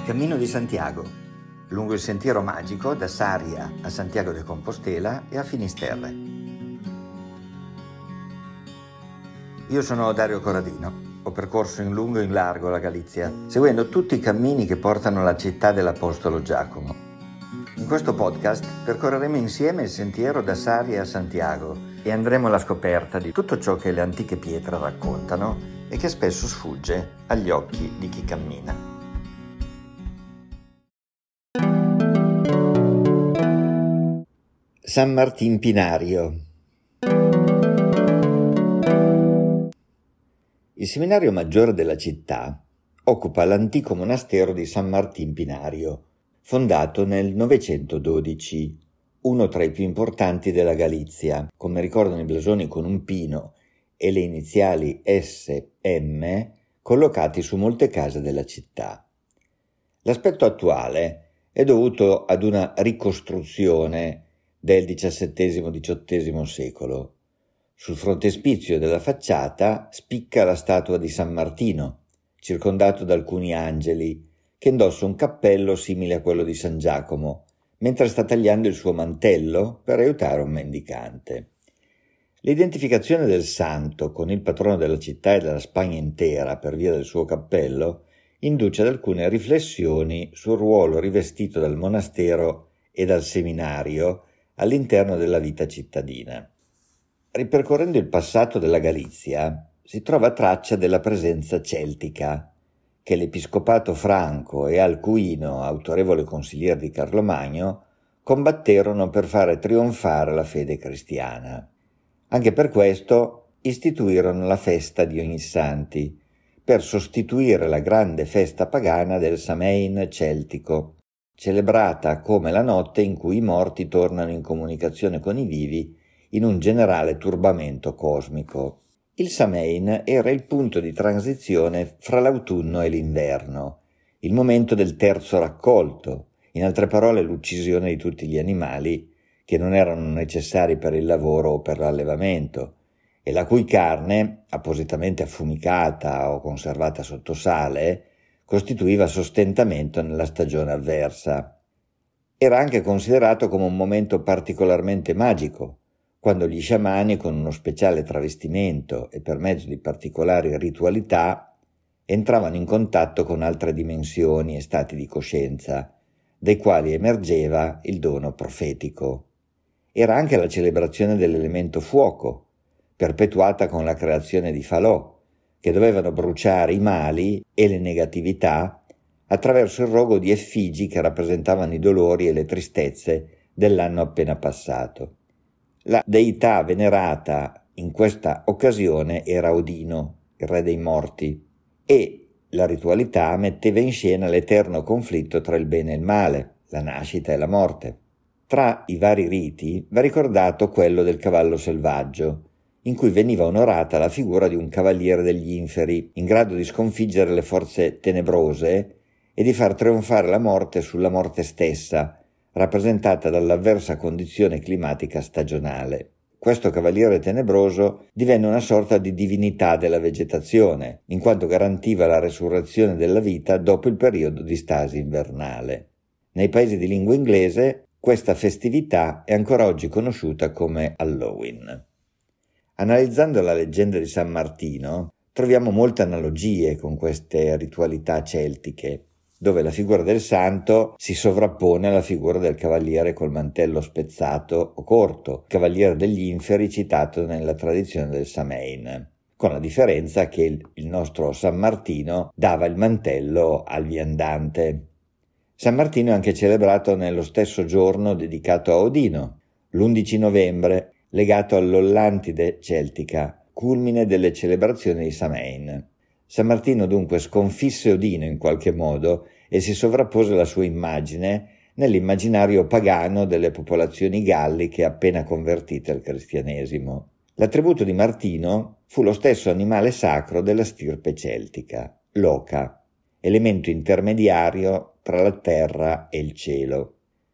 Cammino di Santiago, lungo il sentiero magico da Sarria a Santiago de Compostela e a Finisterre. Io sono Dario Corradino, ho percorso in lungo e in largo la Galizia, seguendo tutti i cammini che portano alla città dell'Apostolo Giacomo. In questo podcast percorreremo insieme il sentiero da Sarria a Santiago e andremo alla scoperta di tutto ciò che le antiche pietre raccontano e che spesso sfugge agli occhi di chi cammina. San Martin Pinario. Il seminario maggiore della città occupa l'antico monastero di San Martin Pinario, fondato nel 912, uno tra i più importanti della Galizia, come ricordano i blasoni con un pino e le iniziali SM collocati su molte case della città. L'aspetto attuale è dovuto ad una ricostruzione del XVII-XVIII secolo. Sul frontespizio della facciata spicca la statua di San Martino, circondato da alcuni angeli, che indossa un cappello simile a quello di San Giacomo, mentre sta tagliando il suo mantello per aiutare un mendicante. L'identificazione del santo con il patrono della città e della Spagna intera per via del suo cappello induce ad alcune riflessioni sul ruolo rivestito dal monastero e dal seminario all'interno della vita cittadina. Ripercorrendo il passato della Galizia si trova traccia della presenza celtica che l'episcopato franco e Alcuino, autorevole consigliere di Carlo Magno, combatterono per fare trionfare la fede cristiana. Anche per questo istituirono la festa di Ognissanti, per sostituire la grande festa pagana del Samhain celtico, celebrata come la notte in cui i morti tornano in comunicazione con i vivi in un generale turbamento cosmico. Il Samhain era il punto di transizione fra l'autunno e l'inverno, il momento del terzo raccolto, in altre parole l'uccisione di tutti gli animali che non erano necessari per il lavoro o per l'allevamento, e la cui carne, appositamente affumicata o conservata sotto sale, costituiva sostentamento nella stagione avversa. Era anche considerato come un momento particolarmente magico, quando gli sciamani, con uno speciale travestimento e per mezzo di particolari ritualità, entravano in contatto con altre dimensioni e stati di coscienza, dai quali emergeva il dono profetico. Era anche la celebrazione dell'elemento fuoco, perpetuata con la creazione di falò, che dovevano bruciare i mali e le negatività attraverso il rogo di effigi che rappresentavano i dolori e le tristezze dell'anno appena passato. La deità venerata in questa occasione era Odino, il re dei morti, e la ritualità metteva in scena l'eterno conflitto tra il bene e il male, la nascita e la morte. Tra i vari riti va ricordato quello del cavallo selvaggio, in cui veniva onorata la figura di un cavaliere degli inferi, in grado di sconfiggere le forze tenebrose e di far trionfare la morte sulla morte stessa, rappresentata dall'avversa condizione climatica stagionale. Questo cavaliere tenebroso divenne una sorta di divinità della vegetazione, in quanto garantiva la resurrezione della vita dopo il periodo di stasi invernale. Nei paesi di lingua inglese questa festività è ancora oggi conosciuta come Halloween. Analizzando la leggenda di San Martino, troviamo molte analogie con queste ritualità celtiche, dove la figura del santo si sovrappone alla figura del cavaliere col mantello spezzato o corto, cavaliere degli inferi citato nella tradizione del Samhain, con la differenza che il nostro San Martino dava il mantello al viandante. San Martino è anche celebrato nello stesso giorno dedicato a Odino, l'11 novembre, legato all'Ollantide celtica, culmine delle celebrazioni di Samhain. San Martino dunque sconfisse Odino in qualche modo e si sovrappose la sua immagine nell'immaginario pagano delle popolazioni galliche appena convertite al cristianesimo. L'attributo di Martino fu lo stesso animale sacro della stirpe celtica, l'oca, elemento intermediario tra la terra e il cielo.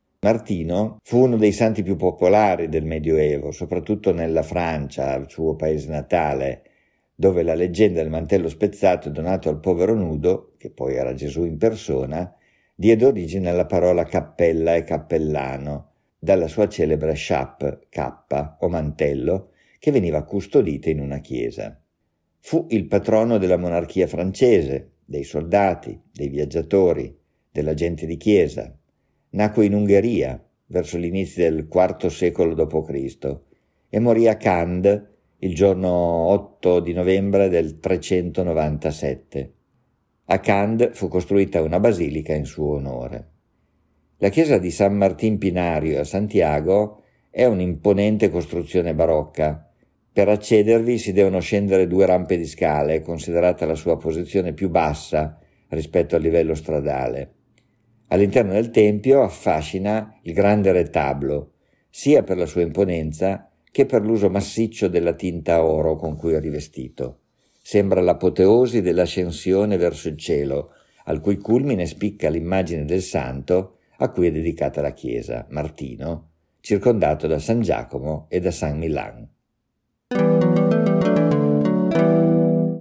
Martino fu uno dei santi più popolari del Medioevo, soprattutto nella Francia, il suo paese natale, dove la leggenda del mantello spezzato donato al povero nudo, che poi era Gesù in persona, diede origine alla parola cappella e cappellano, dalla sua celebre chape, cappa o mantello, che veniva custodita in una chiesa. Fu il patrono della monarchia francese, dei soldati, dei viaggiatori, della gente di chiesa. Nacque in Ungheria, verso l'inizio del IV secolo d.C. e morì a Cand il giorno 8 di novembre del 397. A Cand fu costruita una basilica in suo onore. La chiesa di San Martín Pinario a Santiago è un'imponente costruzione barocca. Per accedervi si devono scendere 2 rampe di scale, considerata la sua posizione più bassa rispetto al livello stradale. All'interno del tempio affascina il grande retablo, sia per la sua imponenza che per l'uso massiccio della tinta oro con cui è rivestito. Sembra l'apoteosi dell'ascensione verso il cielo, al cui culmine spicca l'immagine del santo a cui è dedicata la chiesa, Martino, circondato da San Giacomo e da San Millán.